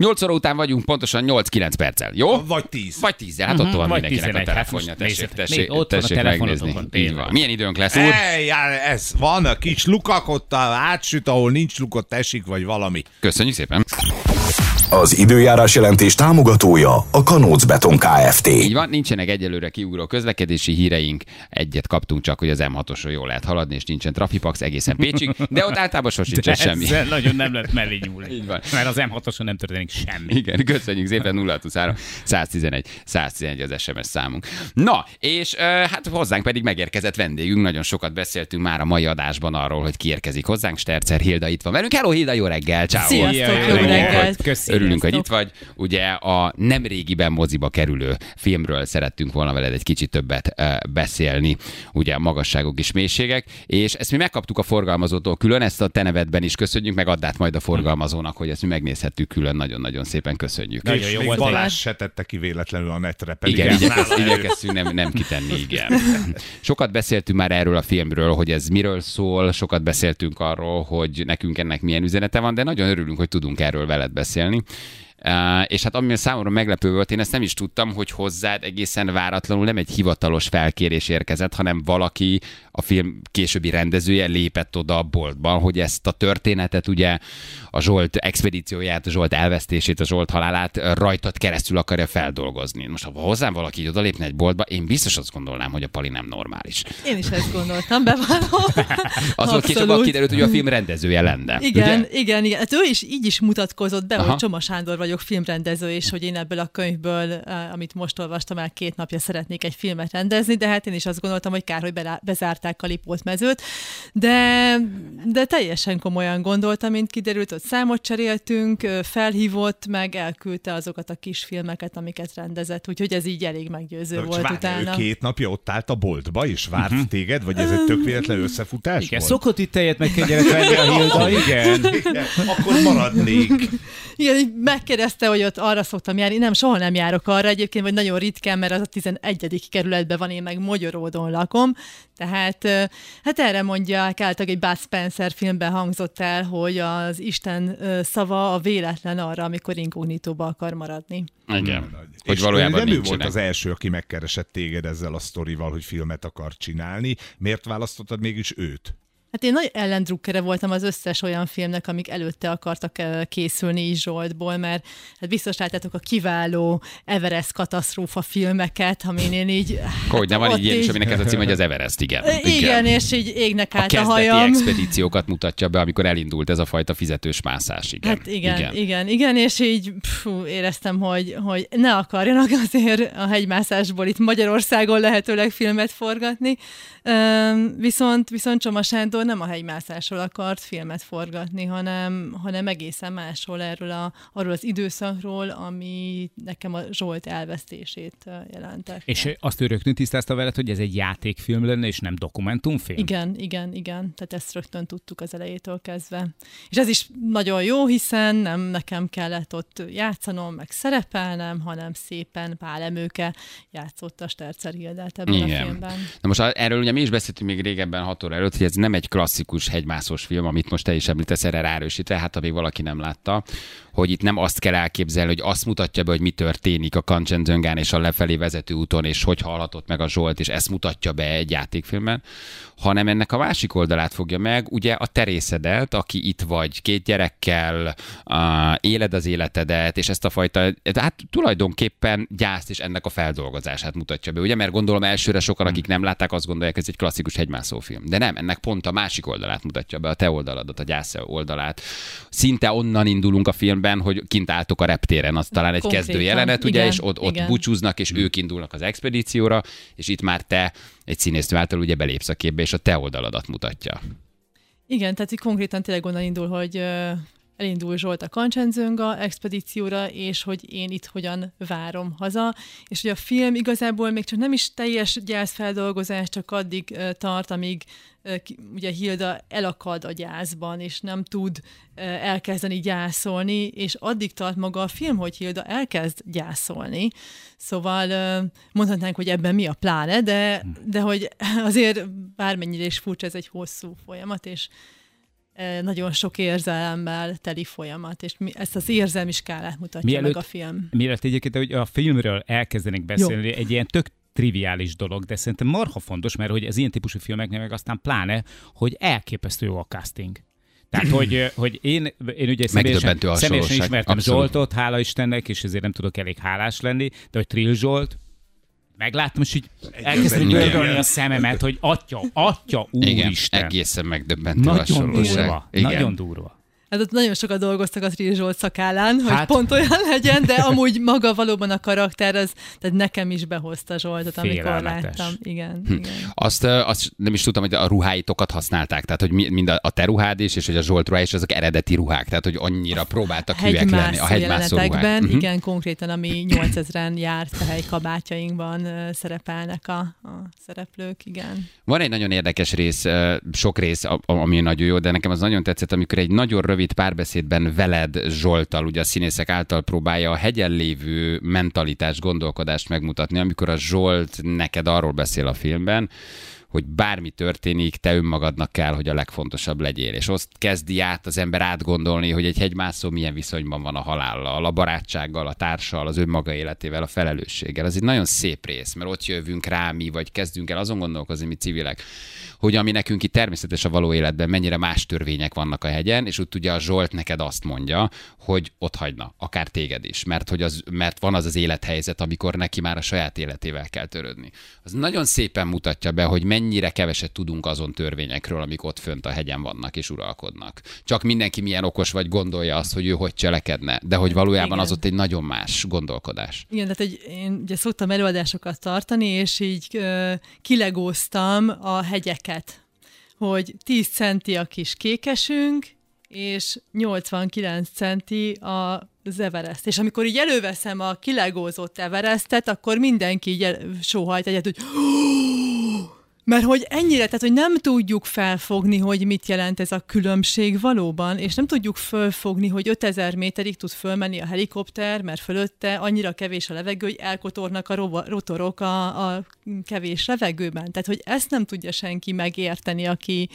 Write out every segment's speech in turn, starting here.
8 óra után vagyunk, pontosan 8-9 perccel, jó? Vagy 10. Vagy 10, hát ott van mindenkinek a telefonja. Tessék megnézni. Így van. Milyen időnk lesz, úr? Ez van, a kis lukak, ott átsüt, ahol nincs luk, ott esik, vagy valami. Köszönjük szépen. Az időjárás jelentés támogatója a Kanóc Beton Kft. Így van, nincsenek egyelőre kiugró közlekedési híreink, egyet kaptunk csak, hogy az M6-osról jól lehet haladni, és nincsen trafipax egészen Pécsig, de ott általában sosincsen semmi. Ezzel nagyon nem lehet mellé nyúlni. Így van. Mert az M6-oson nem történik semmi. Igen, köszönjük szépen, 0623 111 az SMS számunk. Na, és hát hozzánk pedig megérkezett vendégünk, nagyon sokat beszéltünk már a mai adásban arról, hogy ki érkezik hozzánk, Sterzer Hilda itt van velünk. Hello Hilda, jó reggel, ciao. Sziasztok, jó reggel. Örülünk, hogy itt vagy. Ugye a nemrégiben moziba kerülő filmről szerettünk volna veled egy kicsit többet beszélni, ugye magasságok és mélységek, és ezt mi megkaptuk a forgalmazótól külön, ezt a te nevedben is köszönjük, meg add át majd a forgalmazónak, hogy ezt mi megnézhettük külön, nagyon-nagyon szépen köszönjük. Nagyon jó Még volt. Balázs se tette ki véletlenül a netre, pedig Igen, nála igyekeztünk nem kitenni, igen. Sokat beszéltünk már erről a filmről, hogy ez miről szól, sokat beszéltünk arról, hogy nekünk ennek milyen üzenete van, de nagyon örülünk, hogy tudunk erről veled beszélni. És hát ami számomra meglepő volt, én ezt nem is tudtam, hogy hozzád egészen váratlanul nem egy hivatalos felkérés érkezett, hanem valaki, a film későbbi rendezője lépett oda a boltban, hogy ezt a történetet, ugye a Zsolt expedícióját, a Zsolt elvesztését, a Zsolt halálát rajtad keresztül akarja feldolgozni. Most ha hozzám valaki így odalépne egy boltba, én biztos azt gondolnám, hogy a Pali nem normális. Én is ezt gondoltam, bevallom. Azon később kiderült, hogy a film rendezője lenne. Igen. Hát ő is így is mutatkozott be, hogy Csoma Sándor vagyok, filmrendező, és hogy én ebből a könyvből, amit most olvastam el 2 napja, szeretnék egy filmet rendezni, de hát én is azt gondoltam, hogy kár, hogy bezárták a Lipót mezőt, de teljesen komolyan gondoltam, mint kiderült, ott számot cseréltünk, felhívott, meg elküldte azokat a kis filmeket, amiket rendezett, úgyhogy ez így elég meggyőző volt utána. Ő 2 napja ott állt a boltba, és várt téged, vagy ez egy tök véletlen összefutás Igen, volt? szokott itt tejet megkényelek venni a Hilda, igen. Akkor maradnék. Igen, megkérdezte, hogy ott arra szoktam járni. Nem, soha nem járok arra egyébként, vagy nagyon ritkán, mert az a 11. kerületben van, én meg Mogyoródon lakom. Tehát hát erre mondják, általában egy Bud Spencer filmben hangzott el, hogy az Isten szava a véletlen arra, amikor inkognitóba akar maradni. Igen. Hogy valójában nem ő nincsenek. volt az első, aki megkeresett téged ezzel a sztorival, hogy filmet akar csinálni. Miért választottad mégis őt? Hát én nagy ellendrukkere voltam az összes olyan filmnek, amik előtte akartak készülni is Zsoltból, mert hát biztos láttátok a kiváló Everest katasztrófa filmeket, amin én így... Hogy nem van így ilyen is, aminek ez a cím, hogy az Everest, igen. Igen, és így égnek át a kezdeti hajam. expedíciókat mutatja be, amikor elindult ez a fajta fizetős mászás, igen. Hát igen, és így éreztem, hogy ne akarjanak azért a hegymászásból itt Magyarországon lehetőleg filmet forgatni, viszont Csoma Sándor nem a hegymászásról akart filmet forgatni, hanem egészen másról, arról az időszakról, ami nekem a Zsolt elvesztését jelentett. És azt ő rögtön tisztázta veled, hogy ez egy játékfilm lenne, és nem dokumentumfilm? Igen. Tehát ezt rögtön tudtuk az elejétől kezdve. És ez is nagyon jó, hiszen nem nekem kellett ott játszanom, meg szerepelnem, hanem szépen Pál Emőke játszott a Sterzer Hildát ebben a filmben. Na most erről ugye mi is beszéltünk még régebben 6 óra előtt, hogy ez nem egy klasszikus hegymászós film, amit most te is említesz, erre ráerősítve, hát ha még valaki nem látta, hogy itt nem azt kell elképzelni, hogy azt mutatja be, hogy mi történik a Kancsenjungán és a lefelé vezető úton, és hogy halhatott meg a Zsolt, és ezt mutatja be egy játékfilmben, hanem ennek a másik oldalát fogja meg, ugye a terészedet, aki itt vagy 2 gyerekkel, éled az életedet, és ezt a fajta, hát tulajdonképpen gyászt és ennek a feldolgozását mutatja be, ugye, mert gondolom elsőre sokan, akik nem látták, azt gondolják, ez egy klasszikus hegymászófilm. De nem, ennek pont a másik oldalát mutatja be, a te oldaladat, a gyász oldalát. Szinte onnan indulunk a filmben, hogy kint álltok a reptéren, az talán egy kezdő jelenet, ugye, és ott búcsúznak, és ők indulnak az expedícióra, és itt már te egy színésznő által ugye belépsz a képbe, és a te oldaladat mutatja. Igen, tehát konkrétan tényleg onnan indul, hogy elindul Zsolt a Kancsenjunga expedícióra, és hogy én itt hogyan várom haza, és hogy a film igazából még csak nem is teljes gyászfeldolgozás, csak addig tart, amíg ugye Hilda elakad a gyászban, és nem tud elkezdeni gyászolni, és addig tart maga a film, hogy Hilda elkezd gyászolni. Szóval mondhatnánk, hogy ebben mi a pláne, de hogy azért bármennyire is furcsa, ez egy hosszú folyamat, és nagyon sok érzelemmel teli folyamat, és ezt az érzelmi skálát mutatja meg a film. Mielőtt egyébként, hogy a filmről elkezdenék beszélni, egy ilyen tök triviális dolog, de szerintem marha fontos, mert hogy az ilyen típusú filmeknél meg aztán pláne, hogy elképesztő jó a casting. Tehát, hogy én ugye személyesen ismertem Zsoltot, hála Istennek, és ezért nem tudok elég hálás lenni, de hogy Trill Zsolt, megláttam, és így elkezdtem görgölni a szememet, hogy atya, úristen. Igen, egészen megdöbbentő hasonlóság. Nagyon durva. Hát ott nagyon sokat dolgoztak a Trill Zsolt szakállán, hogy pont olyan legyen, de amúgy maga valóban a karakter, tehát nekem is behozta Zsoltot, amikor láttam. Igen. Azt nem is tudtam, hogy a ruháitokat használták, tehát hogy mind a te ruhád is, és hogy a Zsolt ruhái is, azok eredeti ruhák, tehát hogy annyira próbáltak hülyek lenni. A hegymászó ruhák. Igen, konkrétan, ami 8000-en járt a helykabátjainkban szerepelnek a szereplők, igen. Van egy nagyon érdekes rész, sok rész, ami nagyon jó, de nekem az nagyon tetszett, amikor egy nagyon rövid párbeszédben veled, Zsolttal, ugye a színészek által próbálja a hegyen lévő mentalitást, gondolkodást megmutatni, amikor a Zsolt neked arról beszél a filmben, hogy bármi történik, te önmagadnak kell, hogy a legfontosabb legyél. És azt kezdi át az ember átgondolni, hogy egy hegymászó milyen viszonyban van a halállal, a barátsággal, a társal, az önmaga életével, a felelősséggel. Ez egy nagyon szép rész, mert ott jövünk rá mi, vagy kezdünk el azon gondolkozni, mi civilek, hogy ami nekünk itt természetes a való életben, mennyire más törvények vannak a hegyen, és ott ugye a Zsolt neked azt mondja, hogy ott hagyna, akár téged is, mert van az élethelyzet, amikor neki már a saját életével kell törődni. Az nagyon szépen mutatja be, hogy mennyire keveset tudunk azon törvényekről, amik ott fönt a hegyen vannak és uralkodnak. Csak mindenki milyen okos vagy gondolja azt, hogy ő hogy cselekedne, de hogy valójában az ott egy nagyon más gondolkodás. Igen, tehát én ugye szoktam előadásokat tartani, és így kilegóztam a hegyeket, hogy 10 centi a kis kékesünk, és 89 centi az Everest. És amikor így előveszem a kilegózott Everestet, akkor mindenki így sóhajt egyet, hogy mert hogy ennyire, tehát hogy nem tudjuk felfogni, hogy mit jelent ez a különbség valóban, és nem tudjuk fölfogni, hogy 5000 méterig tud fölmenni a helikopter, mert fölötte annyira kevés a levegő, hogy elkotornak a rotorok a kevés levegőben. Tehát, hogy ezt nem tudja senki megérteni,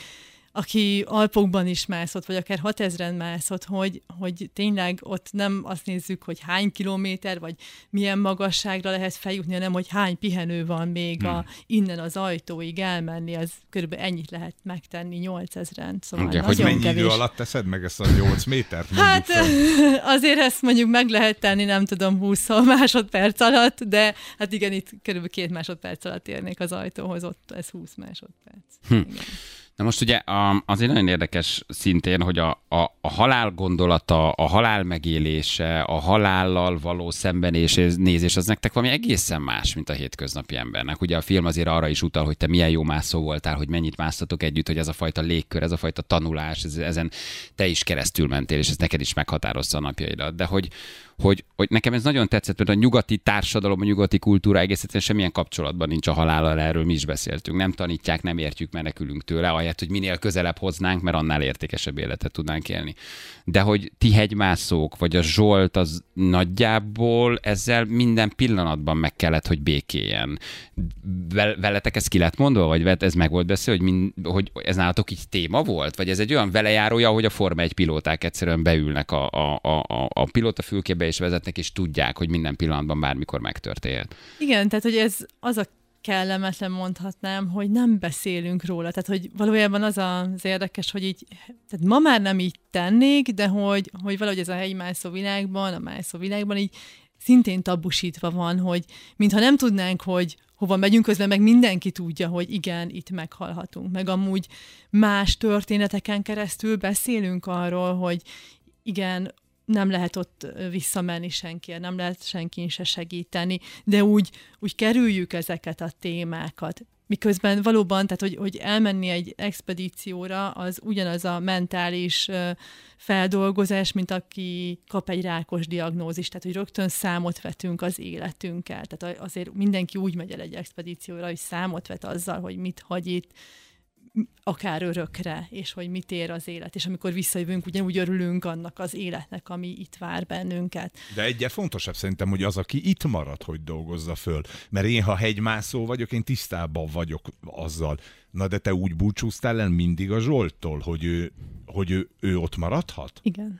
aki Alpokban is mászott, vagy akár 6000-en mászott, hogy tényleg ott nem azt nézzük, hogy hány kilométer, vagy milyen magasságra lehet feljutni, hanem hogy hány pihenő van még innen az ajtóig elmenni, az körülbelül ennyit lehet megtenni 8000-en. Szóval ugye, hogy mennyi idő alatt teszed meg ezt a 8 métert? Hát azért ezt mondjuk meg lehet tenni, nem tudom, 20 másodperc alatt, de hát igen, itt körülbelül 2 másodperc alatt érnék az ajtóhoz, ott ez 20 másodperc. Igen. Na most ugye azért nagyon érdekes szintén, hogy a halál gondolata, a halál megélése, a halállal való szembenézés, az nektek valami egészen más, mint a hétköznapi embernek. Ugye a film azért arra is utal, hogy te milyen jó mászó voltál, hogy mennyit másztatok együtt, hogy ez a fajta légkör, ez a fajta tanulás, ezen te is keresztül mentél, és ez neked is meghatározza a napjaidat. De hogy nekem ez nagyon tetszett, mert a nyugati társadalom, a nyugati kultúra egész egyszerűen semmilyen kapcsolatban nincs a halállal, erről mi is beszéltünk. Nem tanítják, nem értjük, menekülünk tőle, ahelyett, hogy minél közelebb hoznánk, mert annál értékesebb életet tudnánk élni. De hogy ti hegymászók, vagy a Zsolt, az nagyjából ezzel minden pillanatban meg kellett, hogy békéljen. Veletek ez ki lett mondva, vagy ez meg volt beszélve, hogy ez nálatok így téma volt? Vagy ez egy olyan velejárója, hogy a Forma 1 pilóták egyszerűen beülnek a pilótafülkébe és vezetnek, és tudják, hogy minden pillanatban bármikor megtörténhet. Igen, tehát hogy ez az a kellemetlen, mondhatnám, hogy nem beszélünk róla. Tehát, hogy valójában az érdekes, hogy így, tehát ma már nem így tennék, de hogy valahogy ez a hegymászó világban, a mászó világban így szintén tabusítva van, hogy mintha nem tudnánk, hogy hova megyünk, közben meg mindenki tudja, hogy igen, itt meghalhatunk. Meg amúgy más történeteken keresztül beszélünk arról, hogy igen, nem lehet ott visszamenni senkiért, nem lehet senkin se segíteni, de úgy kerüljük ezeket a témákat. Miközben valóban, tehát hogy elmenni egy expedícióra, az ugyanaz a mentális feldolgozás, mint aki kap egy rákos diagnózist, tehát hogy rögtön számot vetünk az életünkkel. Tehát azért mindenki úgy megy el egy expedícióra, hogy számot vet azzal, hogy mit hagy itt, akár örökre, és hogy mit ér az élet. És amikor visszajövünk, ugyanúgy örülünk annak az életnek, ami itt vár bennünket. De egyre fontosabb szerintem, hogy az, aki itt marad, hogy dolgozza föl. Mert én, ha hegymászó vagyok, én tisztában vagyok azzal. Na de te úgy búcsúztál el mindig a Zsolttól, hogy ő ott maradhat? Igen.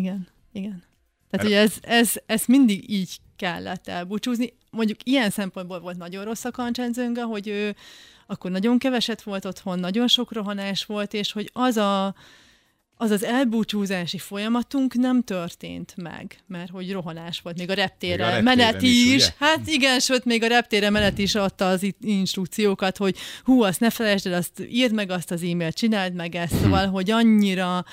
Tehát, hogy ez mindig így kellett elbúcsúzni. Mondjuk ilyen szempontból volt nagyon rossz a Kancsenzönga, hogy ő akkor nagyon keveset volt otthon, nagyon sok rohanás volt, és hogy az elbúcsúzási folyamatunk nem történt meg, mert hogy rohanás volt, még a reptére menet is. Ugye? Hát igen, sőt, még a reptére menet is adta az instrukciókat, hogy azt ne felejtsd el, azt írd meg azt az e-mailt, csináld meg ezt, szóval, hogy annyira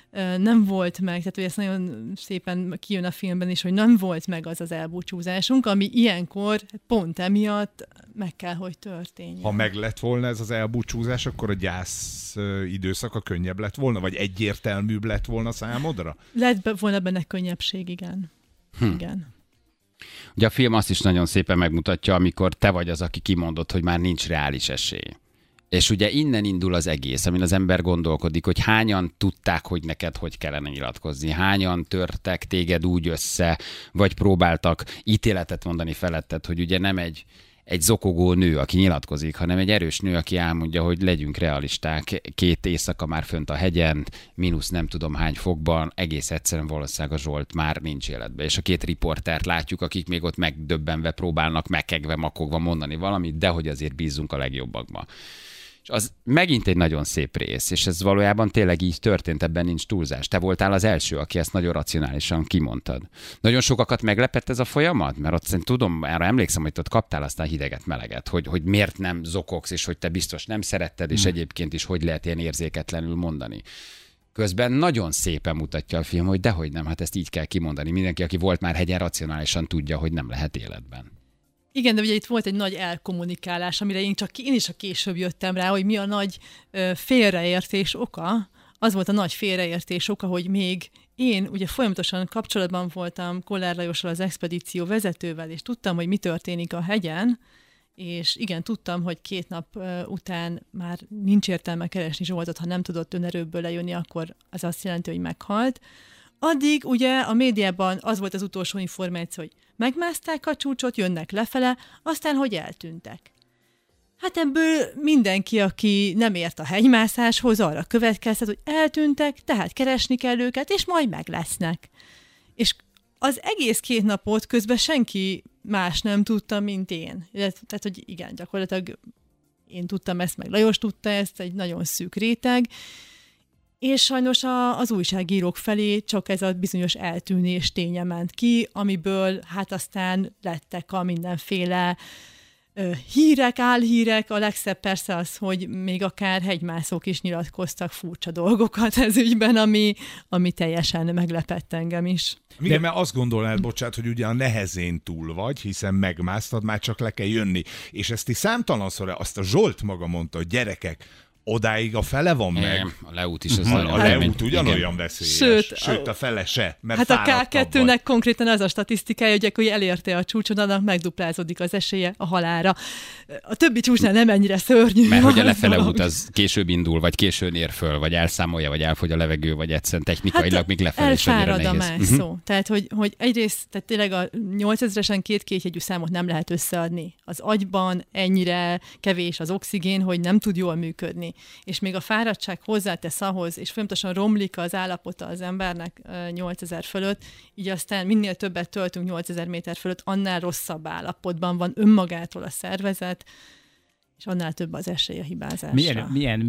nem volt meg, tehát hogy ez nagyon szépen kijön a filmben is, hogy nem volt meg az elbúcsúzásunk, ami ilyenkor pont emiatt meg kell, hogy történjen. Ha meg lett volna ez az elbúcsúzás, akkor a gyász időszaka könnyebb lett volna, vagy egyértelműbb lett volna számodra? Lett volna benne könnyebbség, igen. Igen. Ugye a film azt is nagyon szépen megmutatja, amikor te vagy az, aki kimondott, hogy már nincs reális esély. És ugye innen indul az egész, amin az ember gondolkodik, hogy hányan tudták, hogy neked hogy kellene nyilatkozni, hányan törtek téged úgy össze, vagy próbáltak ítéletet mondani feletted, hogy ugye nem egy zokogó nő, aki nyilatkozik, hanem egy erős nő, aki elmondja, hogy legyünk realisták, 2 éjszaka már fönt a hegyen, mínusz nem tudom hány fokban, egész egyszerűen valószínűleg a Zsolt már nincs életben. És a 2 riportert látjuk, akik még ott megdöbbenve próbálnak, megkegve, makogva mondani valamit, de hogy azért bízzunk a legjobbakba. És az megint egy nagyon szép rész, és ez valójában tényleg így történt, ebben nincs túlzás. Te voltál az első, aki ezt nagyon racionálisan kimondtad. Nagyon sokakat meglepett ez a folyamat? Mert ott tudom, arra emlékszem, hogy ott kaptál aztán hideget, meleget, hogy miért nem zokogsz, és hogy te biztos nem szeretted, és egyébként is hogy lehet ilyen érzéketlenül mondani. Közben nagyon szépen mutatja a film, hogy dehogy nem, hát ezt így kell kimondani. Mindenki, aki volt már hegyen, racionálisan tudja, hogy nem lehet életben. Igen, de ugye itt volt egy nagy elkommunikálás, amire én is a később jöttem rá, hogy mi a nagy félreértés oka. Az volt a nagy félreértés oka, hogy még én ugye folyamatosan kapcsolatban voltam Kollár Lajossal, az expedíció vezetővel, és tudtam, hogy mi történik a hegyen, és igen, tudtam, hogy 2 nap után már nincs értelme keresni Zsoltot, ha nem tudott önerőből lejönni, akkor az azt jelenti, hogy meghalt. Addig ugye a médiában az volt az utolsó információ, hogy megmászták a csúcsot, jönnek lefele, aztán hogy eltűntek. Hát ebből mindenki, aki nem ért a hegymászáshoz, arra következtet, hogy eltűntek, tehát keresni kell őket, és majd meg lesznek. És az egész 2 napot közben senki más nem tudta, mint én. Tehát, hogy igen, gyakorlatilag én tudtam ezt, meg Lajos tudta ezt, egy nagyon szűk réteg, és sajnos az újságírók felé csak ez a bizonyos eltűnés ténye ment ki, amiből hát aztán lettek a mindenféle hírek, álhírek. A legszebb persze az, hogy még akár hegymászók is nyilatkoztak furcsa dolgokat ez ügyben, ami teljesen meglepett engem is. Igen, mert azt gondolnád, bocsánat, hogy ugye a nehezén túl vagy, hiszen megmásztad, már csak le kell jönni. És ezt is számtalanszor, azt a Zsolt maga mondta, hogy gyerekek, odáig a fele van meg. A leút is az a leút ugyanolyan veszélyes. Sőt, a fele se, mert hát a K2-nek konkrétan az a statisztikája, hogy elérte a csúcson, annak megduplázódik az esélye a halálra. A többi csúcsnál nem ennyire szörnyű. Mert hogy a lefele út az később indul, vagy későn ér föl, vagy elszámolja, vagy elfogy a levegő, vagy egyszerűen technikailag még lefelé is annyira nehéz. Elfárad a mászó. Tehát, hogy egyrészt, tehát tényleg a 8000-esen 2 kétjegyű számot nem lehet összeadni. Az agyban ennyire kevés az oxigén, hogy nem tud jól működni. És még a fáradtság hozzátesz ahhoz, és folyamatosan romlik az állapota az embernek 8000 fölött, így aztán minél többet töltünk 8000 méter fölött, annál rosszabb állapotban van önmagától a szervezet, és annál több az esély a hibázásra. Milyen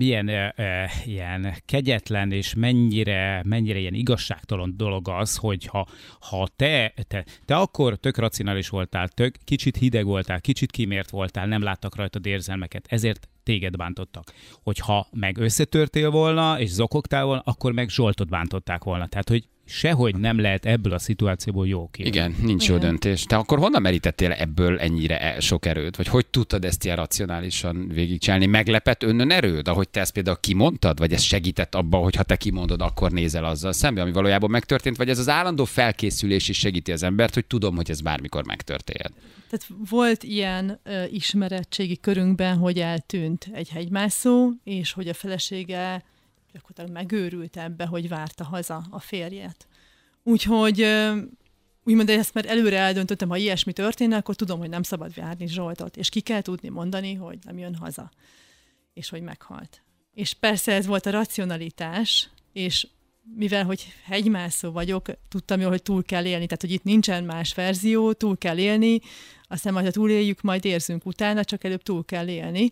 ilyen kegyetlen és mennyire ilyen igazságtalan dolog az, hogy ha te akkor tök racionális voltál, kicsit hideg voltál, kicsit kimért voltál, nem láttak rajtad érzelmeket, ezért téged bántottak. Hogyha meg összetörtél volna, és zokogtál volna, akkor meg Zsoltot bántották volna. Tehát, hogy sehogy nem lehet ebből a szituációból jó kijönni. Igen, nincs jó döntés. Te akkor honnan merítettél ebből ennyire sok erőt? Vagy hogy tudtad ezt ilyen racionálisan végigcsinálni? Meglepett önnön erőd, ahogy te ezt például kimondtad? Vagy ez segített abban, hogy ha te kimondod, akkor nézel azzal szembe, ami valójában megtörtént? Vagy ez az állandó felkészülés is segíti az embert, hogy tudom, hogy ez bármikor megtörténhet? Tehát volt ilyen ismeretségi körünkben, hogy eltűnt. eltűnt egy hegymászó, és hogy a felesége gyakorlatilag megőrült ebbe, hogy várta haza a férjet. Úgyhogy úgymond ezt már előre eldöntöttem, ha ilyesmi történne, akkor tudom, hogy nem szabad várni Zsoltot, és ki kell tudni mondani, hogy nem jön haza, és hogy meghalt. És persze ez volt a racionalitás, és mivel, hogy hegymászó vagyok, tudtam jól, hogy túl kell élni, tehát, hogy itt nincsen más verzió, túl kell élni, aztán majd, ha túléljük, majd érzünk utána, csak előbb túl kell élni.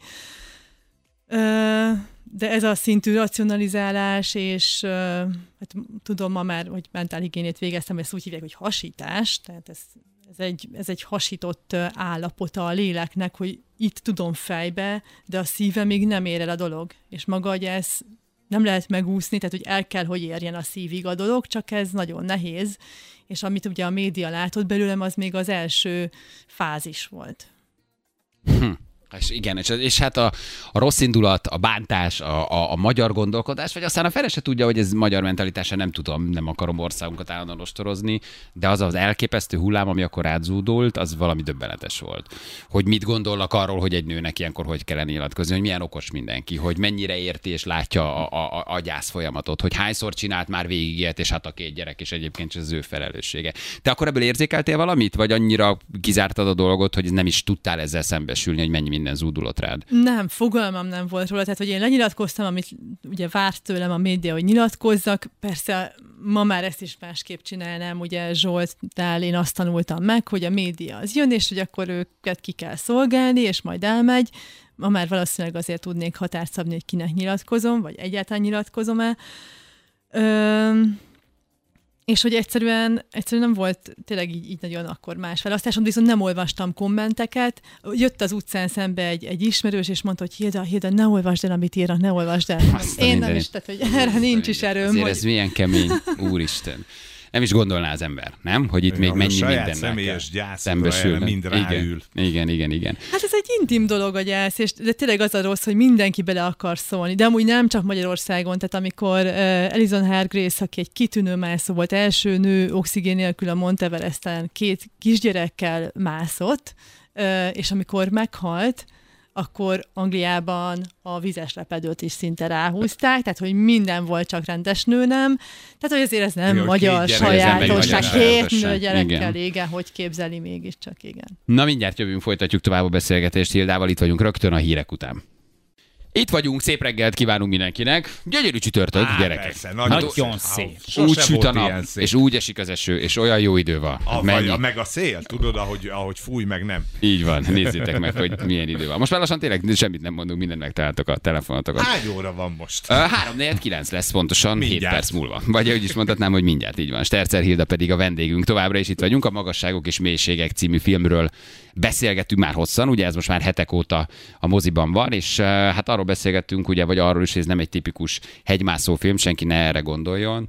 De ez a szintű racionalizálás, és hát tudom ma már, hogy mentálhigiénét végeztem, ezt úgy hívják, hogy hasítás, tehát ez egy hasított állapota a léleknek, hogy itt tudom fejbe, de a szíve még nem ér el a dolog. És maga, hogy ez nem lehet megúszni, tehát hogy el kell, hogy érjen a szívig a dolog, csak ez nagyon nehéz, és amit ugye a média látott belőlem, az még az első fázis volt. És igen, és hát a rossz indulat, a bántás, a magyar gondolkodás, vagy aztán a fele se tudja, hogy ez magyar mentalitása, nem tudom, nem akarom országunkat állandóan ostorozni, de az az elképesztő hullám, ami akkor rádzúdult, az valami döbbenetes volt. Hogy mit gondolnak arról, hogy egy nőnek ilyenkor hogy kellene nyilatkozni, hogy milyen okos mindenki, hogy mennyire érti és látja a gyász folyamatot, hogy hányszor csinált már végig ilyet, és hát a 2 gyerek, és egyébként ez az ő felelőssége. Te akkor ebből érzékeltél valamit, vagy annyira kizártad a dolgot, hogy nem is tudtál ezzel szembesülni, hogy mennyi minden zúdulott rád? Nem, fogalmam nem volt róla, tehát hogy én lenyilatkoztam, amit ugye várt tőlem a média, hogy nyilatkozzak, persze ma már ezt is másképp csinálnám, ugye Zsoltnál én azt tanultam meg, hogy a média az jön, és hogy akkor őket ki kell szolgálni, és majd elmegy. Ma már valószínűleg azért tudnék határt szabni, hogy kinek nyilatkozom, vagy egyáltalán nyilatkozom-e. És hogy egyszerűen nem volt tényleg így nagyon akkor más választásom, viszont nem olvastam kommenteket. Jött az utcán szembe egy ismerős, és mondta, hogy Hilda, ne olvasd el, amit írnak, ne olvasd el. Én nem is, tehát hogy erre nincs is erőm. Azért ez milyen kemény, úristen. Nem is gondolná az ember, nem? Hogy itt még mennyi mindennel kell szembesülni. Mind ráül. Igen. Hát ez egy intim dolog a gyász, de tényleg az a rossz, hogy mindenki bele akar szólni. De amúgy nem csak Magyarországon, tehát amikor Alison Hargrave, aki egy kitűnő mászó volt, első nő oxigén nélkül a Mount Everesten 2 kisgyerekkel mászott, és amikor meghalt, akkor Angliában a vizes lepedőt is szinte ráhúzták, tehát hogy minden volt, csak rendes nő nem. Tehát, hogy azért ez nem magyar sajátosság. 2 nő gyerekkel, igen, hogy képzeli mégiscsak, igen. Na mindjárt jövünk, folytatjuk tovább a beszélgetést Hildával, itt vagyunk rögtön a hírek után. Itt vagyunk, szép reggelt kívánunk mindenkinek. Gyönyörű csütörtök, gyerekek. Persze, nagyon szép. Úgy süt a nap, és úgy esik az eső, és olyan jó idő van. Meg a szél, tudod, ahogy fúj, meg nem. Így van, nézzétek meg, hogy milyen idő van. Most már lassan tényleg semmit nem mondunk, mindent megtaláltok a telefonotokat. Hány óra van most? 3:49 lesz pontosan, mindjárt. 7 perc múlva. Vagy úgy is mondhatnám, hogy mindjárt így van. Sterzer Hilda pedig a vendégünk. Továbbra is itt vagyunk, a Magasságok és Mélységek című filmről beszélgettünk már hosszan, ugye ez most már hetek óta a moziban van, és hát arról beszélgettünk, ugye, vagy arról is, hogy ez nem egy tipikus hegymászó film, senki ne erre gondoljon.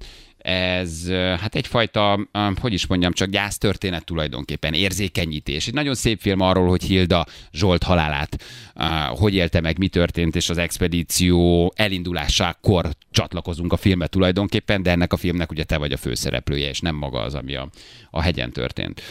Ez hát egyfajta, hogy is mondjam, csak gyásztörténet tulajdonképpen, érzékenyítés. Egy nagyon szép film arról, hogy Hilda Zsolt halálát hogy élte meg, mi történt, és az expedíció elindulásakor csatlakozunk a filmbe tulajdonképpen, de ennek a filmnek ugye te vagy a főszereplője, és nem maga az, ami a hegyen történt.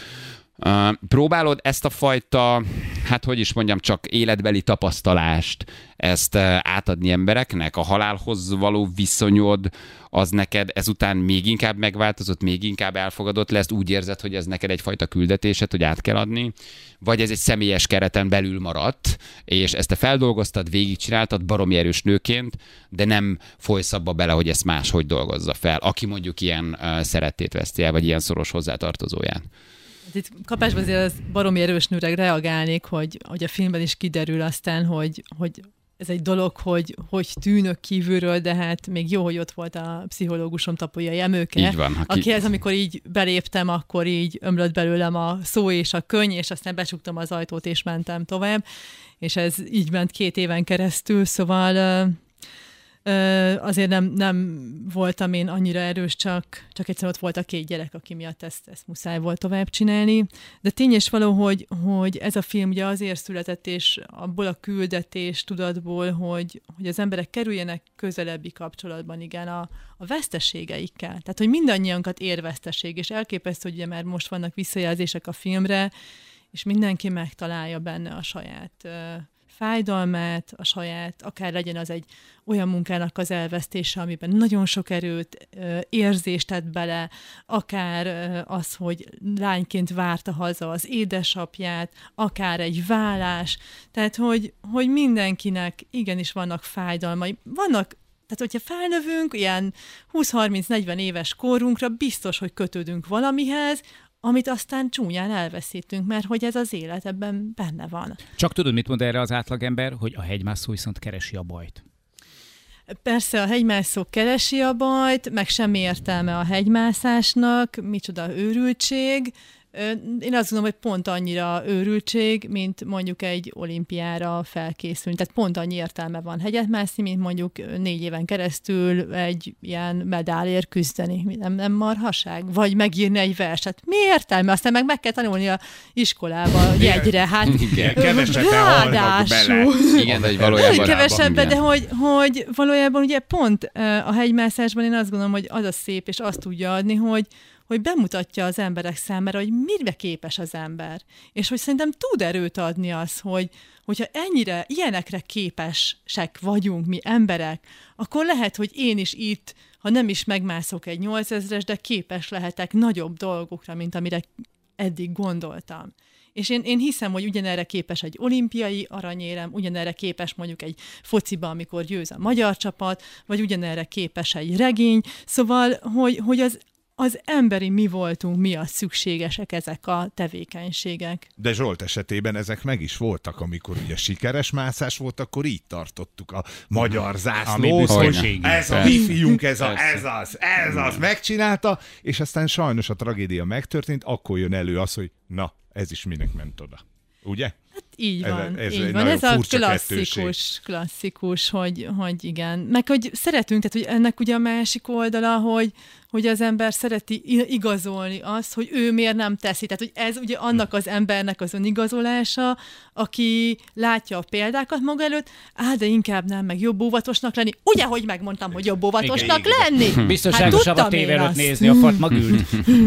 Próbálod ezt a fajta, hát hogy is mondjam, csak életbeli tapasztalást, ezt átadni embereknek? A halálhoz való viszonyod az neked ezután még inkább megváltozott, még inkább elfogadott lesz, úgy érzed, hogy ez neked egyfajta küldetésed, hogy át kell adni? Vagy ez egy személyes kereten belül maradt, és ezt te feldolgoztad, végigcsináltad baromi erős nőként, de nem folysz abba bele, hogy ezt máshogy dolgozza fel, aki mondjuk ilyen szerettét veszti el, vagy ilyen szoros hozzátartozóján? Itt kapásban azért az baromi erős nőre reagálnék, hogy a filmben is kiderül aztán, hogy ez egy dolog, hogy tűnök kívülről, de hát még jó, hogy ott volt a pszichológusom Tapolyai Emőke, így van, akihez amikor így beléptem, akkor így ömlött belőlem a szó és a könny, és aztán becsuktam az ajtót, és mentem tovább, és ez így ment 2 éven keresztül, szóval azért nem voltam én annyira erős, csak egyszerűen ott volt a 2 gyerek, aki miatt ezt muszáj volt tovább csinálni. De tény és való, hogy ez a film ugye azért született, és abból a küldetés tudatból, hogy az emberek kerüljenek közelebbi kapcsolatban, igen, a veszteségeikkel. Tehát, hogy mindannyiankat ér veszteség, és elképesztő, hogy ugye már most vannak visszajelzések a filmre, és mindenki megtalálja benne a saját fájdalmát, a saját, akár legyen az egy olyan munkának az elvesztése, amiben nagyon sok erőt, érzést tett bele, akár az, hogy lányként várta haza az édesapját, akár egy válás, tehát hogy mindenkinek igenis vannak fájdalmai, vannak. Tehát, hogyha felnövünk, ilyen 20-30-40 éves korunkra biztos, hogy kötődünk valamihez, amit aztán csúnyán elveszítünk, mert hogy ez az élet ebben benne van. Csak tudod, mit mond erre az átlagember, hogy a hegymászó viszont keresi a bajt. Persze a hegymászó keresi a bajt, meg semmi értelme a hegymászásnak, micsoda őrültség. Én azt gondolom, hogy pont annyira őrültség, mint mondjuk egy olimpiára felkészülni. Tehát pont annyi értelme van hegyet mászni, mint mondjuk 4 éven keresztül egy ilyen medálért küzdeni. Nem marhaság? Vagy megírni egy verset. Mi értelme? Aztán meg kell tanulni a iskolába jegyre. Hát kevesebben halnak bele. Igen, de hogy valójában kevesebben, de hogy valójában ugye pont a hegymászásban én azt gondolom, hogy az a szép, és azt tudja adni, hogy bemutatja az emberek számára, hogy mire képes az ember. És hogy szerintem tud erőt adni az, hogyha ennyire, ilyenekre képesek vagyunk mi emberek, akkor lehet, hogy én is itt, ha nem is megmászok egy 8000-es, de képes lehetek nagyobb dolgokra, mint amire eddig gondoltam. És én hiszem, hogy ugyanerre képes egy olimpiai aranyérem, ugyanerre képes mondjuk egy fociba, amikor győz a magyar csapat, vagy ugyanerre képes egy regény. Szóval, hogy az emberi mi voltunk, miatt szükségesek ezek a tevékenységek. De Zsolt esetében ezek meg is voltak, amikor ugye sikeres mászás volt, akkor így tartottuk a magyar zászlót, hogy ez a mi fiunk, ez az, megcsinálta, és aztán sajnos a tragédia megtörtént, akkor jön elő az, hogy na, ez is minek ment oda. Ugye? Hát így van, így van. Ez a klasszikus, hogy igen. Meg hogy szeretünk, tehát hogy ennek ugye a másik oldala, hogy az ember szereti igazolni azt, hogy ő miért nem teszi. Tehát, hogy ez ugye annak az embernek az önigazolása, aki látja a példákat maga előtt, de inkább nem, meg jobb óvatosnak lenni. Ugye, hogy megmondtam, hogy jobb óvatosnak lenni? Biztonságosabb a tévé előtt nézni, a fart magült.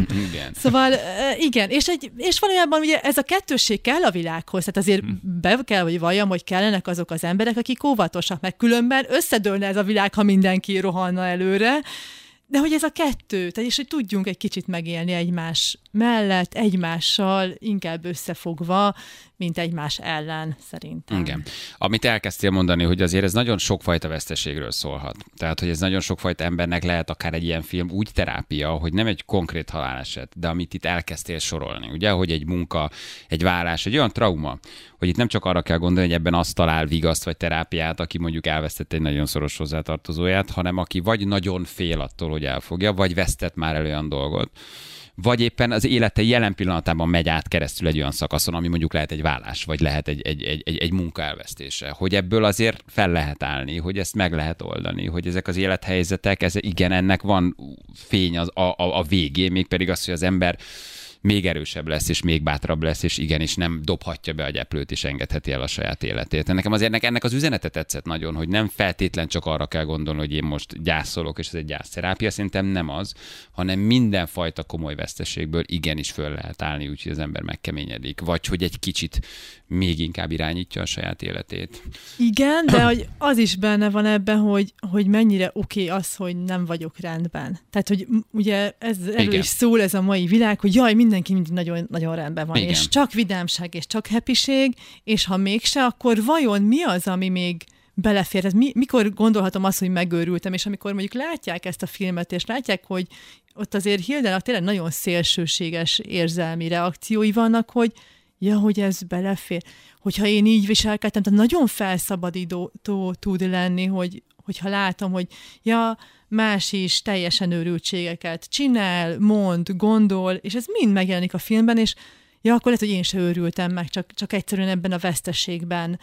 Szóval igen, és valójában ugye ez a kettősség kell a világhoz, tehát azért be kell, hogy valljam, hogy kellenek azok az emberek, akik óvatosak, meg különben összedőlne ez a világ, ha mindenki rohanna előre. De hogy ez a kettő, tehát és hogy tudjunk egy kicsit megélni egymás mellett, egymással, inkább összefogva, mint egymás ellen, szerintem. Igen. Amit elkezdtél mondani, hogy azért ez nagyon sokfajta veszteségről szólhat. Tehát, hogy ez nagyon sokfajta embernek lehet akár egy ilyen film úgy terápia, hogy nem egy konkrét haláleset, de amit itt elkezdtél sorolni, ugye, hogy egy munka, egy vállás, egy olyan trauma, hogy itt nem csak arra kell gondolni, hogy ebben azt talál vigaszt vagy terápiát, aki mondjuk elvesztett egy nagyon szoros hozzátartozóját, hanem aki vagy nagyon fél attól, hogy elfogja, vagy vesztett már el olyan dolgot, vagy éppen az élete jelen pillanatában megy át keresztül egy olyan szakaszon, ami mondjuk lehet egy vállás, vagy lehet egy munka elvesztése. Hogy ebből azért fel lehet állni, hogy ezt meg lehet oldani, hogy ezek az élethelyzetek, igen, ennek van fény a végén, mégpedig az, hogy az ember még erősebb lesz, és még bátrabb lesz, és igenis nem dobhatja be a gyeplőt, és engedheti el a saját életét. Nekem azért ennek az üzenete tetszett nagyon, hogy nem feltétlen csak arra kell gondolni, hogy én most gyászolok, és ez egy gyászterápia, szerintem nem az, hanem mindenfajta komoly veszteségből igenis föl lehet állni, úgyhogy az ember megkeményedik, vagy hogy egy kicsit még inkább irányítja a saját életét. Igen, de hogy az is benne van ebben, hogy mennyire oké az, hogy nem vagyok rendben. Tehát, hogy ugye erről is szól ez a mai világ, hogy jaj, mindenki mindig nagyon, nagyon rendben van, és csak vidámság, és csak happység, és ha mégse, akkor vajon mi az, ami még belefér? Tehát mikor gondolhatom azt, hogy megőrültem, és amikor mondjuk látják ezt a filmet, és látják, hogy ott azért Hildának tényleg nagyon szélsőséges érzelmi reakciói vannak, hogy hogy ez belefér. Hogyha én így viselkedtem, tehát nagyon felszabadító tud lenni, hogyha látom, hogy más is teljesen őrültségeket csinál, mond, gondol, és ez mind megjelenik a filmben, és akkor lehet, hogy én se őrültem meg, csak egyszerűen ebben a veszteségben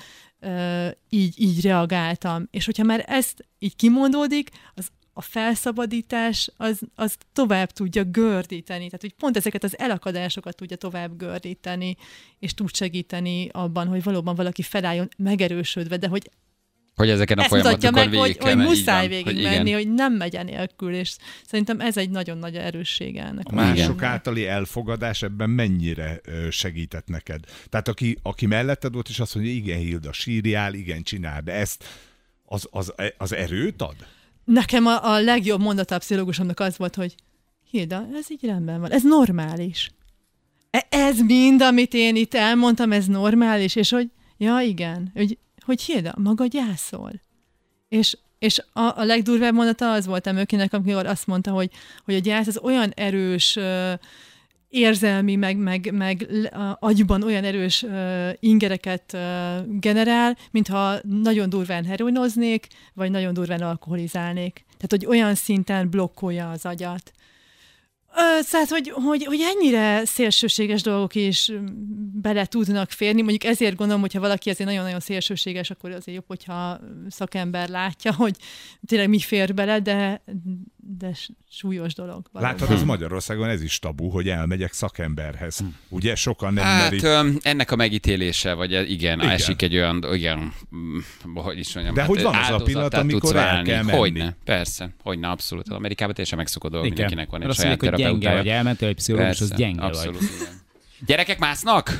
így reagáltam. És hogyha már ezt így kimondódik, a felszabadítás az tovább tudja gördíteni. Tehát, hogy pont ezeket az elakadásokat tudja tovább gördíteni, és tud segíteni abban, hogy valóban valaki felálljon megerősödve, de hogy Hogy ezeken a ezt mutatja folyamatokon meg, végig hogy kell muszáj menni, végig menni, hogy nem megy nélkül, és szerintem ez egy nagyon nagy erőssége ennek. A mások általi elfogadás ebben mennyire segített neked? Tehát aki melletted volt, és azt mondja, igen, Hilda, sírjál, igen, csináld ezt, az erőt ad? Nekem a legjobb mondata a pszichológusomnak az volt, hogy Hilda, ez így rendben van, ez normális. Ez mind, amit én itt elmondtam, ez normális, és hogy, ja igen, hogy Hilda, maga gyászol. És a legdurvább mondata az volt Emőkének, amikor azt mondta, hogy a gyász az olyan erős érzelmi, meg agyban olyan erős ingereket generál, mintha nagyon durván heroinoznék, vagy nagyon durván alkoholizálnék. Tehát, hogy olyan szinten blokkolja az agyat. Szóval, hogy ennyire szélsőséges dolgok is bele tudnak férni. Mondjuk ezért gondolom, hogyha valaki azért nagyon-nagyon szélsőséges, akkor azért jobb, hogyha szakember látja, hogy tényleg mi fér bele, de súlyos dolog. Valóban. Látod, ez Magyarországon ez is tabu, hogy elmegyek szakemberhez. Ugye sokan nem merik. Ennek a megítélése, vagy igen, esik egy olyan, igen, hogy is mondjam. De hogy van az a pillanat, amikor el kell menni? Hogyne, persze, hogyne, abszolút. Amerikában teljesen megszokott dolog, mindenkinek van egy saját terapeutája. Gyenge vagy, elmentél egy pszichológus, az gyenge abszolút, vagy. Igen. Gyerekek másznak?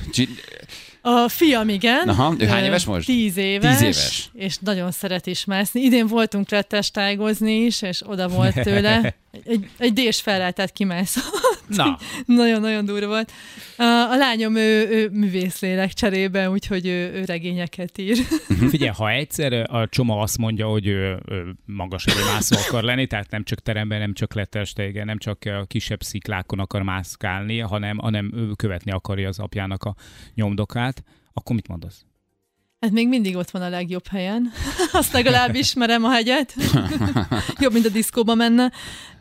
A fiam igen. Aha, ő hány éves most? 10 éves. 10 éves. És nagyon szeret is mászni. Idén voltunk rettestágozni is, és oda volt tőle. Egy dés feleltet kimászott. Na. Nagyon-nagyon durva volt. A lányom ő művészlélek cserébe, úgyhogy ő regényeket ír. Figyelj, ha egyszer a csoma azt mondja, hogy ő magas mászó akar lenni, tehát nem csak teremben, nem csak lettestégen, nem csak a kisebb sziklákon akar mászkálni, hanem ő követni akarja az apjának a nyomdokát, akkor mit mondasz? Hát még mindig ott van a legjobb helyen. Azt legalább ismerem a hegyet. Jobb, mint a diszkóba menne.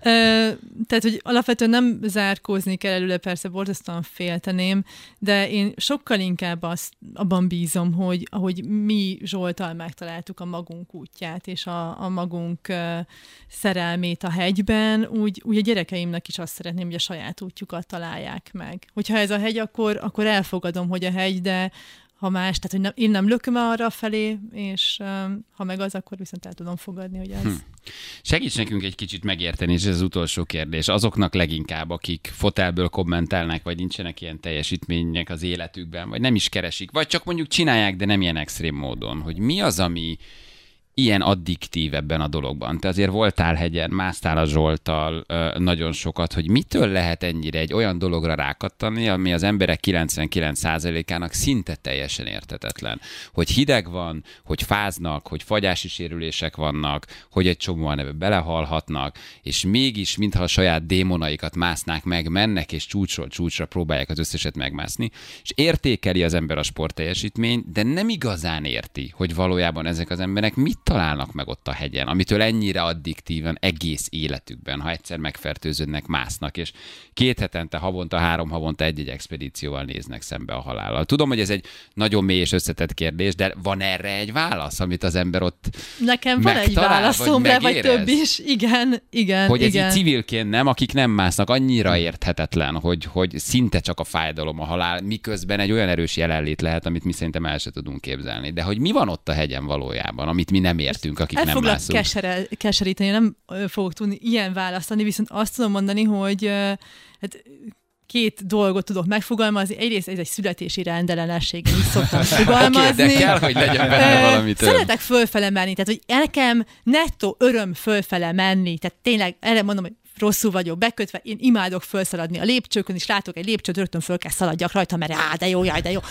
Tehát, hogy alapvetően nem zárkózni kell előle, persze borzasztóan félteném, de én sokkal inkább abban bízom, hogy ahogy mi Zsolttal megtaláltuk a magunk útját, és a magunk szerelmét a hegyben, úgy a gyerekeimnek is azt szeretném, hogy a saját útjukat találják meg. Hogyha ez a hegy, akkor elfogadom, hogy a hegy, de ha más, tehát hogy én nem lököm arra felé, és ha meg az, akkor viszont el tudom fogadni, hogy ez... Segíts nekünk egy kicsit megérteni, és ez az utolsó kérdés. Azoknak leginkább, akik fotelből kommentelnek, vagy nincsenek ilyen teljesítmények az életükben, vagy nem is keresik, vagy csak mondjuk csinálják, de nem ilyen extrém módon, hogy mi az, ami ilyen addiktív ebben a dologban. Te azért voltál hegyen, másztál a Zsolttal nagyon sokat, hogy mitől lehet ennyire egy olyan dologra rákattani, ami az emberek 99%-ának szinte teljesen érthetetlen. Hogy hideg van, hogy fáznak, hogy fagyási sérülések vannak, hogy egy csomóan ebbe belehalhatnak, és mégis, mintha a saját démonaikat másznák meg, mennek és csúcsról csúcsra próbálják az összeset megmászni, és értékeli az ember a sportteljesítményt, de nem igazán érti, hogy valójában ezek az emberek mit találnak meg ott a hegyen, amitől ennyire addiktívan egész életükben, ha egyszer megfertőződnek, másznak, és 2 hetente, havonta, 3 havonta egy expedícióval néznek szembe a halállal. Tudom, hogy ez egy nagyon mély és összetett kérdés, de van erre egy válasz, amit az ember ott nekem van egy válaszom, vagy több is. Igen. Hogy ez így civilként nem, akik nem másznak, annyira érthetetlen, hogy szinte csak a fájdalom a halál, miközben egy olyan erős jelenlét lehet, amit mi szerintem el se tudunk képzelni. De hogy mi van ott a hegyen valójában, amit mi nem értünk, akik nem mászunk. El foglak keseríteni, nem fogok tudni ilyen választani, viszont azt tudom mondani, hogy hát 2 dolgot tudok megfogalmazni. Egyrészt ez egy születési rendellenesség, így szoktam fogalmazni. Okay, de kell, hogy legyen benne valami több. Szeretek fölfele menni, tehát hogy nekem nettó öröm fölfele menni, tehát tényleg erre mondom, hogy rosszul vagyok bekötve, én imádok felszaladni a lépcsőkön, és látok egy lépcsőt, rögtön föl kell szaladjak rajta, mert de jó.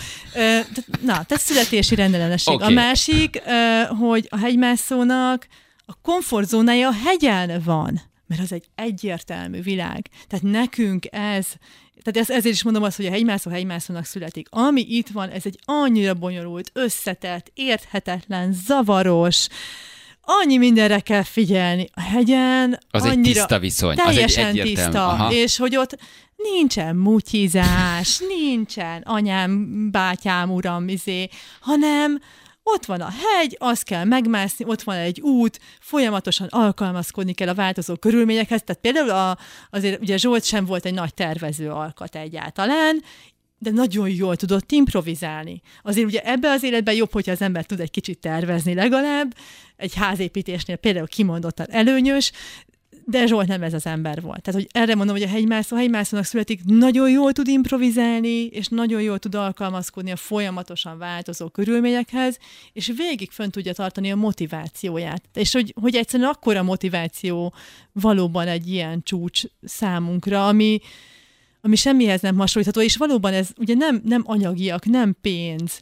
Tehát születési rendellenesség. Okay. A másik, hogy a hegymászónak a komfortzónája a hegyen van, mert az egy egyértelmű világ. Tehát nekünk tehát ezért is mondom azt, hogy a hegymászónak születik. Ami itt van, ez egy annyira bonyolult, összetett, érthetetlen, zavaros, annyi mindenre kell figyelni. A hegyen az annyira egy tiszta viszony. teljesen az egy tiszta. Aha. És hogy ott nincsen mutyizás, nincsen anyám, bátyám, uram, hanem ott van a hegy, azt kell megmászni, ott van egy út, folyamatosan alkalmazkodni kell a változó körülményekhez. Tehát például azért ugye Zsolt sem volt egy nagy tervező alkat egyáltalán, de nagyon jól tudott improvizálni. Azért ugye ebbe az életben jobb, hogyha az ember tud egy kicsit tervezni legalább, egy házépítésnél például kimondottan előnyös, de Zsolt nem ez az ember volt. Tehát, hogy erre mondom, hogy a hegymászónak születik, nagyon jól tud improvizálni, és nagyon jól tud alkalmazkodni a folyamatosan változó körülményekhez, és végig fönn tudja tartani a motivációját. És hogy egyszerűen akkora motiváció valóban egy ilyen csúcs számunkra, ami semmihez nem hasonlítható, és valóban ez ugye nem anyagiak, nem pénz,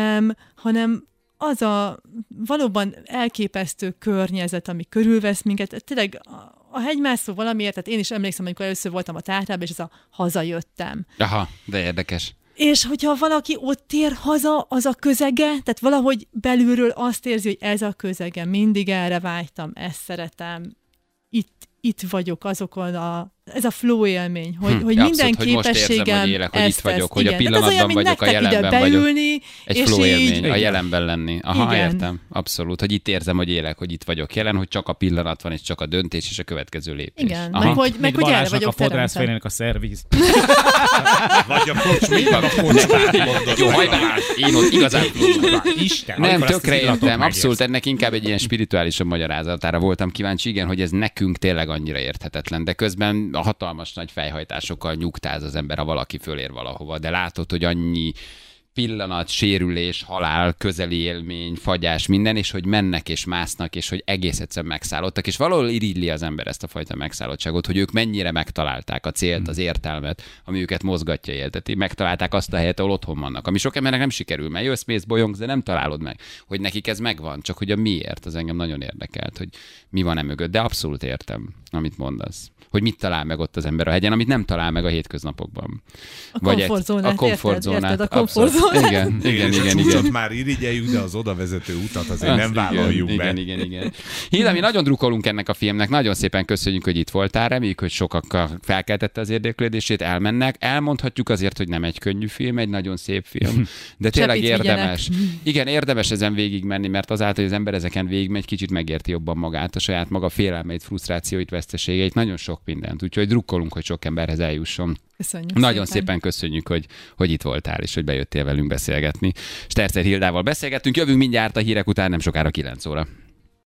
hanem az a valóban elképesztő környezet, ami körülvesz minket. Tényleg a hegymászó valamiért, tehát én is emlékszem, amikor először voltam a Tátrában, és ez a hazajöttem. Aha, de érdekes. És hogyha valaki ott tér haza, az a közege, tehát valahogy belülről azt érzi, hogy ez a közege, mindig erre vágytam, ezt szeretem, itt vagyok azokon ez a flow élmény, hogy minden abszolút, képességem hogy most érzem, hogy élek, hogy itt vagyok, hogy igen. a pillanatban vagyok, a jelenben vagyok. Egy flow élmény, a jelenben lenni. Aha, igen. Értem. Abszolút, hogy itt érzem, hogy élek, hogy itt vagyok jelen, hogy csak a pillanat van, és csak a döntés, és a következő lépés. Igen, meg hogy erre vagyok a fodrászfejlének a szerviz. Vagy a kocsmát mondod. Jó, hajbál, én ott igazán Isten, nem, tökre értem. Abszolút, ennek inkább egy ilyen spirituálisabb magyarázatára voltam kíváncsi, igen, hogy ez nekünk tényleg annyira érthetetlen, de közben a hatalmas nagy fejhajtásokkal nyugtáz az ember, ha valaki fölér valahova, de látod, hogy annyi pillanat, sérülés, halál, közeli élmény, fagyás, minden, és hogy mennek és másznak, és hogy egész egyszerűen megszállottak, és valahol irigyli az ember ezt a fajta megszállottságot, hogy ők mennyire megtalálták a célt, az értelmet, ami őket mozgatja, élteti. Megtalálták azt a helyet, ahol otthon vannak, ami sok embernek nem sikerül, mert jössz, mész, bolyongsz, de nem találod meg, hogy nekik ez megvan, csak hogy a miért, az engem nagyon érdekelt, hogy mi van mögött, de abszolút értem, amit mondasz. Hogy mit talál meg ott az ember a hegyen, amit nem talál meg a hétköznapokban. A komfortzónát. Érted, a komfortzónát. Igen. Már irigyeljük, de az oda vezető utat azért nem vállaljuk be. Igen. Hilda, mi nagyon drukkolunk ennek a filmnek, nagyon szépen köszönjük, hogy itt voltál, reméljük, hogy sokakkal felkeltette az érdeklődését, elmennek. Elmondhatjuk azért, hogy nem egy könnyű film, egy nagyon szép film, de tényleg érdemes. Igen, érdemes ezen végigmenni, mert azáltal, hogy az ember ezeken végigmegy, kicsit megérti jobban magát, a saját maga félelmeit, frusztrációit, veszteségeit, nagyon sok mindent. Úgyhogy drukkolunk, hogy sok emberhez eljusson. Köszönjük nagyon szépen köszönjük, hogy itt voltál, és hogy bejöttél velünk beszélgetni. Sterzer Hildával beszélgettünk, jövünk mindjárt a hírek után, nem sokára 9 óra.